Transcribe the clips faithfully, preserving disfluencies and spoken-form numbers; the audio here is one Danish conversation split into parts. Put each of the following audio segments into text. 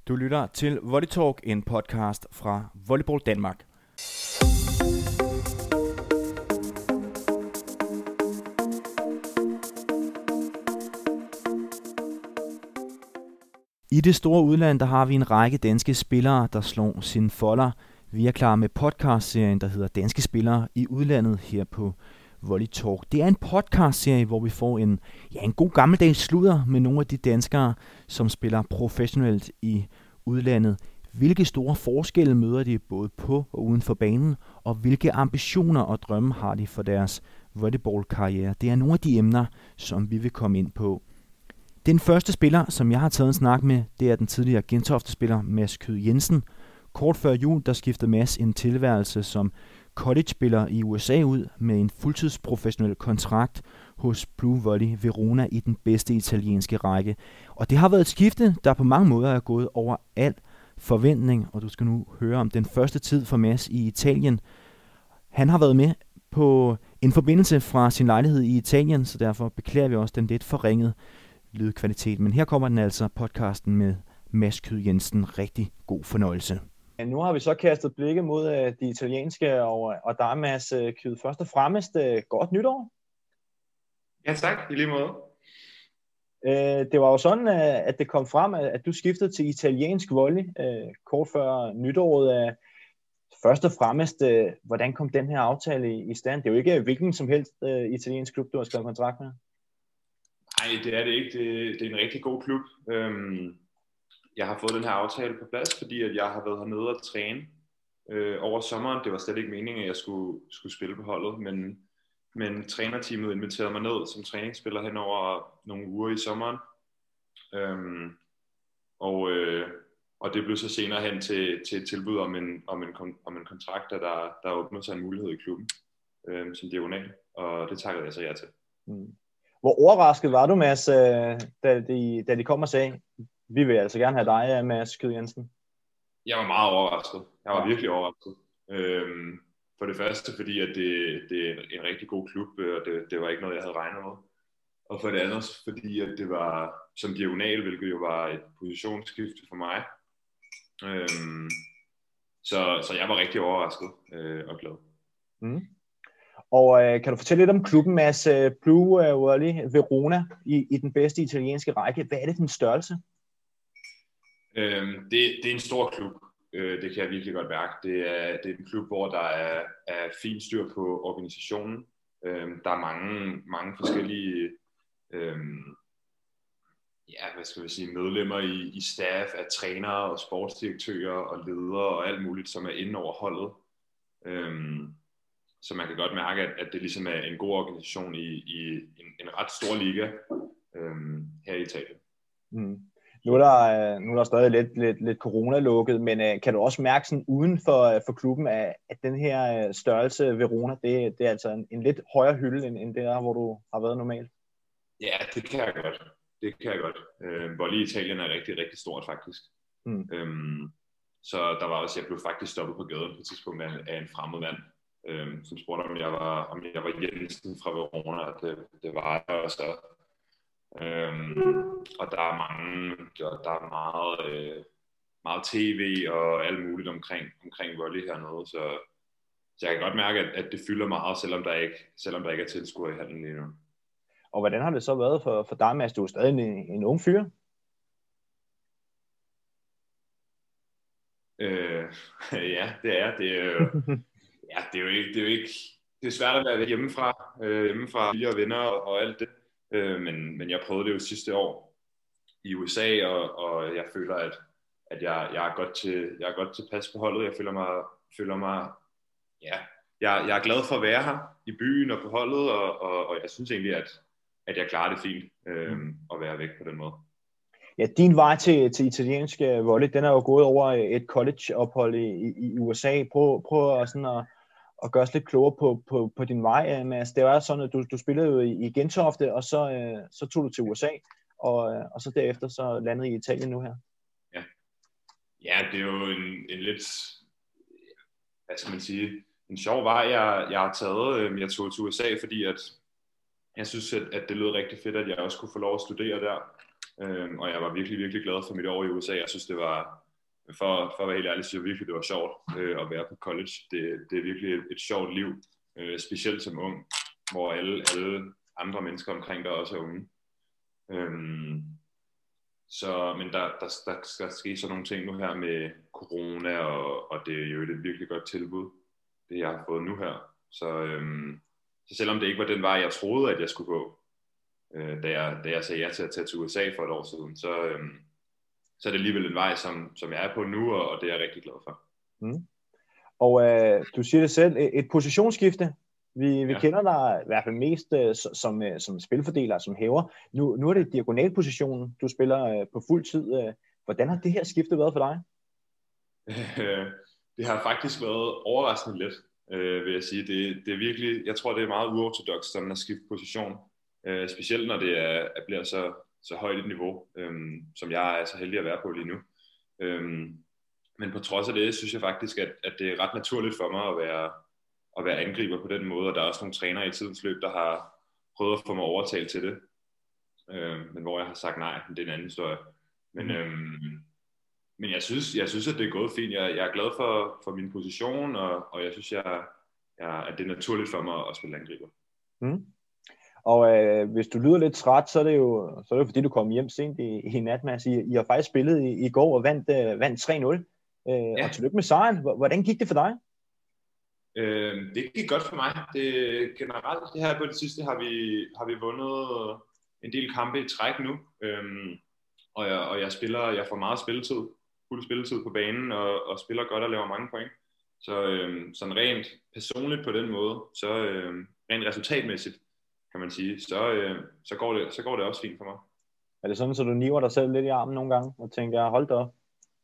Du lytter til Volley Talk, en podcast fra Volleyball Danmark. I det store udland, der har vi en række danske spillere, der slår sine folder. Vi er klar med podcastserien, der hedder Danske Spillere i Udlandet her på Volley Talk. Det er en podcastserie, hvor vi får en, ja, en god gammeldags sludder med nogle af de danskere, som spiller professionelt i udlandet. Hvilke store forskelle møder de både på og uden for banen, og hvilke ambitioner og drømme har de for deres volleyballkarriere? Det er nogle af de emner, som vi vil komme ind på. Den første spiller, som jeg har taget en snak med, det er den tidligere Gentofte-spiller Mads Kyed Jensen. Kort før jul, der skiftede Mads en tilværelse som college-spiller i U S A ud med en fuldtidsprofessionel kontrakt hos Blue Volley Verona i den bedste italienske række. Og det har været et skifte, der på mange måder er gået over al forventning, og du skal nu høre om den første tid for Mads i Italien. Han har været med på en forbindelse fra sin lejlighed i Italien, så derfor beklager vi også den lidt forringede lydkvalitet. Men her kommer den altså, podcasten med Mads Kyed Jensen. Rigtig god fornøjelse. Nu har vi så kastet blikket mod uh, de italienske, og, og der er Mads uh, Kyed. Først og fremmest uh, godt nytår. Ja, tak. I lige måde. Uh, det var jo sådan, uh, at det kom frem, at, at du skiftede til italiensk volley uh, kort før nytåret. Uh, først og fremmest, uh, hvordan kom den her aftale i, i stand? Det er jo ikke hvilken som helst uh, italiensk klub, du har skrevet kontrakt med. Nej, det er det ikke. Det, det er en rigtig god klub. Um... Jeg har fået den her aftale på plads, fordi at jeg har været hernede og træne øh, over sommeren. Det var slet ikke meningen, at jeg skulle, skulle spille på holdet, men, men trænerteamet inviterede mig ned som træningsspiller hen over nogle uger i sommeren. Øhm, og, øh, og det blev så senere hen til, til et tilbud om en, om en, om en kontrakt, der, der åbnede sig en mulighed i klubben øh, som diagonal, og det takkede jeg så ja til. Mm. Hvor overrasket var du, Mads, da de, da de kom og sagde, vi vil altså gerne have dig, Mads Kyed Jensen? Jeg var meget overrasket. Jeg var virkelig overrasket. Øhm, for det første, fordi at det, det er en rigtig god klub, og det, det var ikke noget, jeg havde regnet med. Og for det andet, fordi at det var som diagonal, hvilket jo var et positionsskifte for mig. Øhm, så, så jeg var rigtig overrasket øh, og glad. Mm. Og øh, kan du fortælle lidt om klubben, Mads? Blue Volley Verona i, i den bedste italienske række. Hvad er det for en størrelse? Øhm, det, det er en stor klub, øh, det kan jeg virkelig godt mærke. Det er, det er en klub, hvor der er, er fint styr på organisationen. Øhm, der er mange, mange forskellige øhm, ja, hvad skal vi sige, medlemmer i, i staff af trænere og sportsdirektører og ledere og alt muligt, som er inde over holdet. Øhm, så man kan godt mærke, at, at det ligesom er en god organisation i, i en, en ret stor liga øhm, her i Italien. Mm. Nu er der, nu er der stadig lidt, lidt, lidt corona-lukket, men uh, kan du også mærke sådan uden for, for klubben, at, at den her størrelse Verona, det, det er altså en, en lidt højere hylde, end, end det der, hvor du har været normalt? Ja, det kan jeg godt. Det kan jeg godt. Øh, volley i Italien er rigtig, rigtig stort faktisk. Mm. Øhm, så der var også, jeg blev faktisk stoppet på gaden på et tidspunkt af, af en fremmed mand, øhm, som spurgte, om jeg var, om jeg var Jensen fra Verona, og det, det var jeg, og så Øhm, og der er mange, der, der er meget, øh, meget tv og alt muligt omkring, omkring volley hernede, så, så jeg kan godt mærke, at, at det fylder meget, selvom der ikke, selvom der ikke er tilskuere i hallen lige nu. Og hvordan har det så været for, for dig, Mads? Du er stadig en, en ung fyr? Øh, ja, det er. Det er jo, ja, det er jo ikke, det er jo ikke, det er svært at være hjemmefra, øh, hjemmefra familie og venner og, og alt det. Øh, men, men jeg prøvede det jo sidste år i U S A, og, og jeg føler, at, at jeg, jeg, er godt til, jeg er godt tilpas på holdet. Jeg føler mig, føler mig ja, jeg, jeg er glad for at være her i byen og på holdet, og, og, og jeg synes egentlig, at, at jeg klarer det fint øh, at være væk på den måde. Ja, din vej til, til italiensk volley, den er jo gået over et college-ophold i, i, i U S A. Prøv, prøv at, sådan at og gøre os lidt klogere på, på, på din vej, Mads. Det var sådan, at du, du spillede jo i, i Gentofte, og så, øh, så tog du til U S A, og, og så derefter så landede i Italien nu her. Ja, ja, det er jo en, en lidt, hvad skal man sige, en sjov vej, jeg, jeg har taget. Jeg tog til U S A, fordi at jeg synes, at, at det lød rigtig fedt, at jeg også kunne få lov at studere der. øhm, og jeg var virkelig, virkelig glad for mit år i U S A. Jeg synes, det var, for, for at være helt ærlig, synes jeg virkelig, det var sjovt øh, at være på college. Det, det er virkelig et, et sjovt liv, øh, specielt som ung, hvor alle, alle andre mennesker omkring dig også er unge. Øhm, så, men der, der, der skal ske sådan nogle ting nu her med corona, og, og det er jo et virkelig godt tilbud, det jeg har fået nu her. Så, øhm, så selvom det ikke var den vej, jeg troede, at jeg skulle gå, øh, da, jeg, da jeg sagde ja til at tage til U S A for et år siden, så, øhm, så er det alligevel en vej, som, som jeg er på nu, og, og det er jeg rigtig glad for. Mm. Og øh, du siger det selv, et, et positionsskifte. Vi, vi ja. kender dig i hvert fald mest øh, som, øh, som spilfordeler, som hæver. Nu, nu er det diagonalpositionen, du spiller øh, på fuld tid. Øh. Hvordan har det her skifte været for dig? Det har faktisk været overraskende let, øh, vil jeg sige. Det, det er virkelig, jeg tror, det er meget uortodoks, sådan at skifte position. Øh, specielt når det er, at bliver så, så højt et niveau, øh, som jeg er så heldig at være på lige nu. Øh, men på trods af det, synes jeg faktisk, at, at det er ret naturligt for mig at være, at være angriber på den måde, og der er også nogle trænere i tidens løb, der har prøvet at få mig overtalt til det. Øh, men hvor jeg har sagt nej, det er en anden historie. Men, mm. øhm, men jeg synes, jeg synes, at det er gået fint. Jeg, jeg er glad for, for min position, og, og jeg synes, jeg, jeg, at det er naturligt for mig at spille angriber. Mm. Og øh, hvis du lyder lidt træt, så er det jo, så er det jo fordi, du kom hjem sent i, i nat, Mads. I, I har faktisk spillet i, i går og vandt, øh, vandt tre nul. Øh, ja. Og tillykke med sejren. Hvordan gik det for dig? Øh, det gik godt for mig. Det, generelt det her på det sidste har vi, har vi vundet en del kampe i træk nu. Øhm, og, jeg, og jeg spiller, jeg får meget spilletid, fuld spilletid på banen, og, og spiller godt og laver mange point. Så øhm, sådan rent personligt på den måde, så øhm, rent resultatmæssigt, kan man sige, så, øhm, så, går det, så går det også fint for mig. Er det sådan, så du niver dig selv lidt i armen nogle gange, og tænker, hold da op?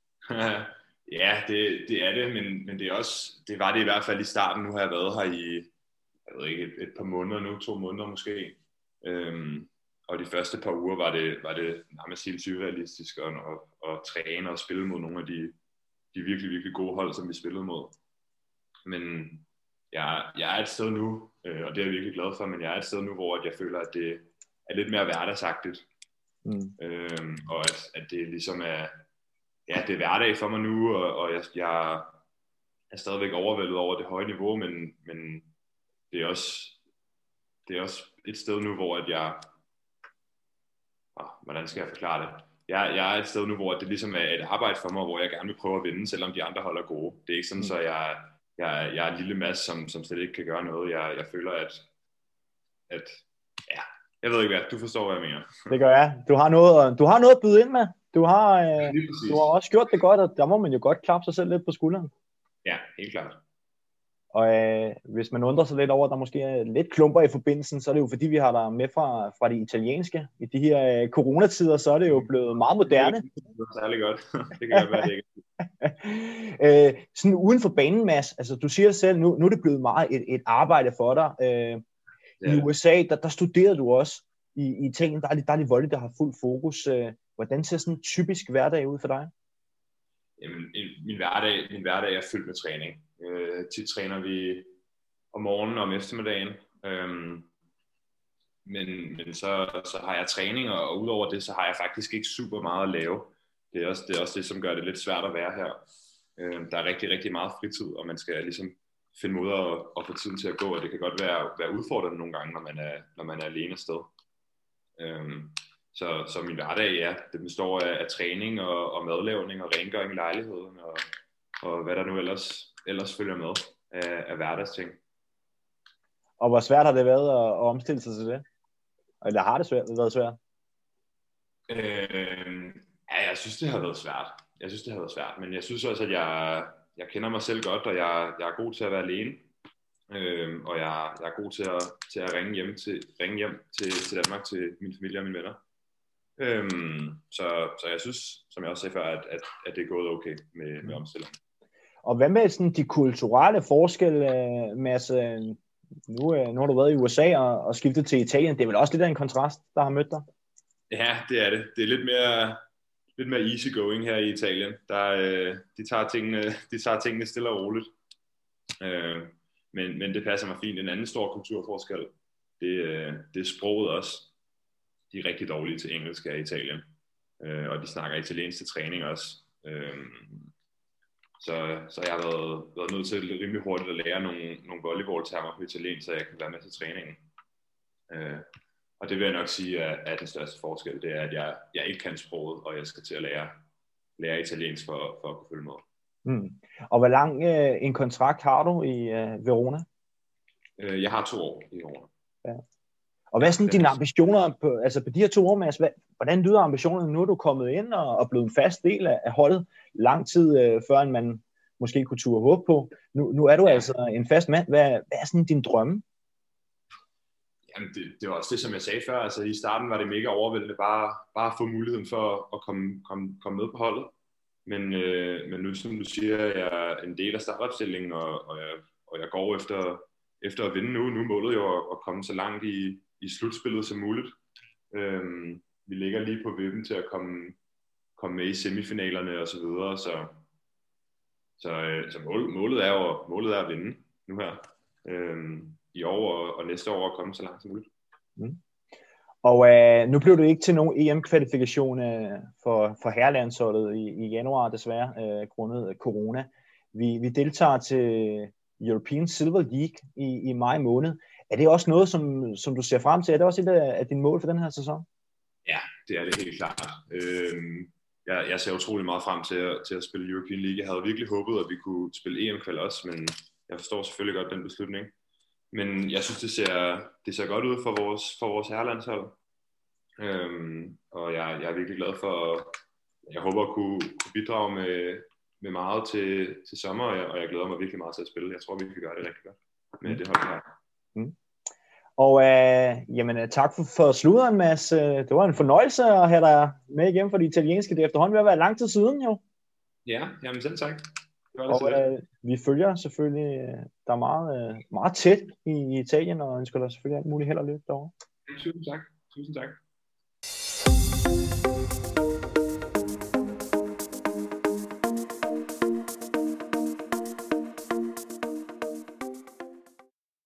Ja, det, det er det, men, men det, er også, det var det i hvert fald i starten. Nu har jeg været her i jeg ved ikke, et, et par måneder nu, to måneder måske. Øhm, og de første par uger var det, var det nærmest helt surrealistisk at, at, at træne og spille mod nogle af de, de virkelig, virkelig gode hold, som vi spillede mod. Men jeg, jeg er et sted nu, øh, og det er jeg virkelig glad for, men jeg er et sted nu, hvor jeg føler, at det er lidt mere hverdagsagtigt. Mm. Øhm, og at, at det ligesom er ja, det er hverdag for mig nu, og, og jeg, jeg er stadigvæk overvældet over det høje niveau, men, men det, er også, det er også et sted nu, hvor at jeg, ah, hvordan skal jeg forklare det? Jeg, jeg er et sted nu, hvor det ligesom er et arbejde for mig, hvor jeg gerne vil prøve at vinde, selvom de andre hold er gode. Det er ikke sådan, mm. så jeg, jeg, jeg er en lille masse, som, som slet ikke kan gøre noget. Jeg, jeg føler, at, at ja, jeg ved ikke hvad, du forstår, hvad jeg mener. Det gør jeg. Du har noget, du har noget at byde ind med. Du har, øh, du har også gjort det godt, og der må man jo godt klappe sig selv lidt på skulderen. Ja, helt klart. Og øh, hvis man undrer sig lidt over, at der måske er lidt klumper i forbindelsen, så er det jo fordi, vi har dig med fra, fra det italienske. I de her øh, coronatider, så er det jo blevet meget moderne. Det er særlig godt. Det kan godt være, det ikke. øh, sådan uden for banen, Mads, altså du siger selv, nu, nu er det blevet meget et, et arbejde for dig. Øh, I U S A, der, der studerede du også. I, i Italien, der er det, der er det volley, der har fuld fokus. Øh, Hvordan ser sådan en typisk hverdag ud for dig? Jamen, min hverdag, min hverdag er fyldt med træning. Øh, tit træner vi om morgenen og om eftermiddagen. Øhm, men men så, så har jeg træning, og, og udover det, så har jeg faktisk ikke super meget at lave. Det er også det, er også det som gør det lidt svært at være her. Øh, der er rigtig, rigtig meget fritid, og man skal ligesom finde måder at, at få tiden til at gå, og det kan godt være, være udfordrende nogle gange, når man er, når man er alene sted. Øhm, Så, så min hverdag, ja, det består af, af træning og, og madlavning og rengøring i lejligheden og, og hvad der nu ellers, ellers følger med af, af hverdagsting. Og hvor svært har det været at, at omstille sig til det? Eller har det svært, været svært? Øh, ja, jeg synes, det har været svært. Jeg synes, det har været svært, men jeg synes også, at jeg, jeg kender mig selv godt, og jeg, jeg er god til at være alene. Øh, og jeg, jeg er god til at, til at ringe hjem, til, ringe hjem til, til Danmark, til min familie og mine venner. Øhm, så, så jeg synes, som jeg også sagde før, at, at, at det er gået okay med, med omstillingen. Og hvad med sådan de kulturelle forskelle, Mads? Nu, nu har du været i U S A og, og skiftet til Italien. Det er vel også lidt af en kontrast, der har mødt dig? Ja, det er det. Det er lidt mere, lidt mere easy going her i Italien. Der, øh, de, tager tingene, de tager tingene stille og roligt. Øh, men, men det passer mig fint. En anden stor kulturforskel, det, øh, det er sproget også. De er rigtig dårlige til engelsk her i Italien. øh, og de snakker italiensk til træning også. Øh, så, så jeg har været, været nødt til rimelig hurtigt at lære nogle, nogle volleyball-termer på italiensk, så jeg kan være med til træningen. Øh, og det vil jeg nok sige er, er den største forskel, det er, at jeg, jeg ikke kan sproget, og jeg skal til at lære, lære italiensk for, for at kunne følge med. Mm. Og hvor lang øh, en kontrakt har du i øh, Verona? Øh, jeg har to år i Verona. Ja. Og hvad er sådan dine ambitioner på, altså på de her to år, Mads? Hvad, hvordan lyder ambitionerne? Nu er du kommet ind og, og blevet en fast del af, af holdet lang tid, øh, før end man måske kunne turde håbe på. Nu, nu er du ja. altså en fast mand. Hvad, hvad er sådan din drømme? Jamen, det, det var også det, som jeg sagde før. Altså, i starten var det mega overvældende bare, bare at få muligheden for at komme, komme, komme med på holdet. Men, øh, men nu, som du siger, jeg er en del af startopstillingen, og, og, jeg, og jeg går efter, efter at vinde nu. Nu er målet jo at, at komme så langt i, i slutspillet som muligt. Øhm, vi ligger lige på vippen til at komme, komme med i semifinalerne og så videre. Så, så, øh, så mål, målet, er jo, målet er at vinde nu her. Øhm, i år og, og næste år at komme så langt som muligt. Mm. Og øh, nu blev det ikke til nogen E M-kvalifikation øh, for, for herrelandsholdet i, i januar, desværre, øh, grundet corona. Vi, vi deltager til European Silver League i, i maj måned. Er det også noget, som, som du ser frem til? Er det også et af, af dine mål for den her sæson? Ja, det er det helt klart. Øhm, jeg, jeg ser utrolig meget frem til at, til at spille European League. Jeg havde virkelig håbet, at vi kunne spille E M-kval også, men jeg forstår selvfølgelig godt den beslutning. Men jeg synes, det ser, det ser godt ud for vores, for vores herrelandshold. Øhm, og jeg, jeg er virkelig glad for, jeg håber at kunne, kunne bidrage med, med meget til, til sommer, og jeg, og jeg glæder mig virkelig meget til at spille. Jeg tror, vi kan gøre det rigtig godt med mm. det hold her. Mm. Og øh, jamen, tak for, for sluderen, Mads. Det var en fornøjelse at have dig med igennem for det italienske. Det er efterhånden ved at være lang tid siden, jo. Ja, jamen selv tak. Og øh, vi følger selvfølgelig øh, der er meget, øh, meget tæt i, i Italien, og ønsker dig selvfølgelig alt muligt held og lykke derovre. Tusind tak. Tusind tak.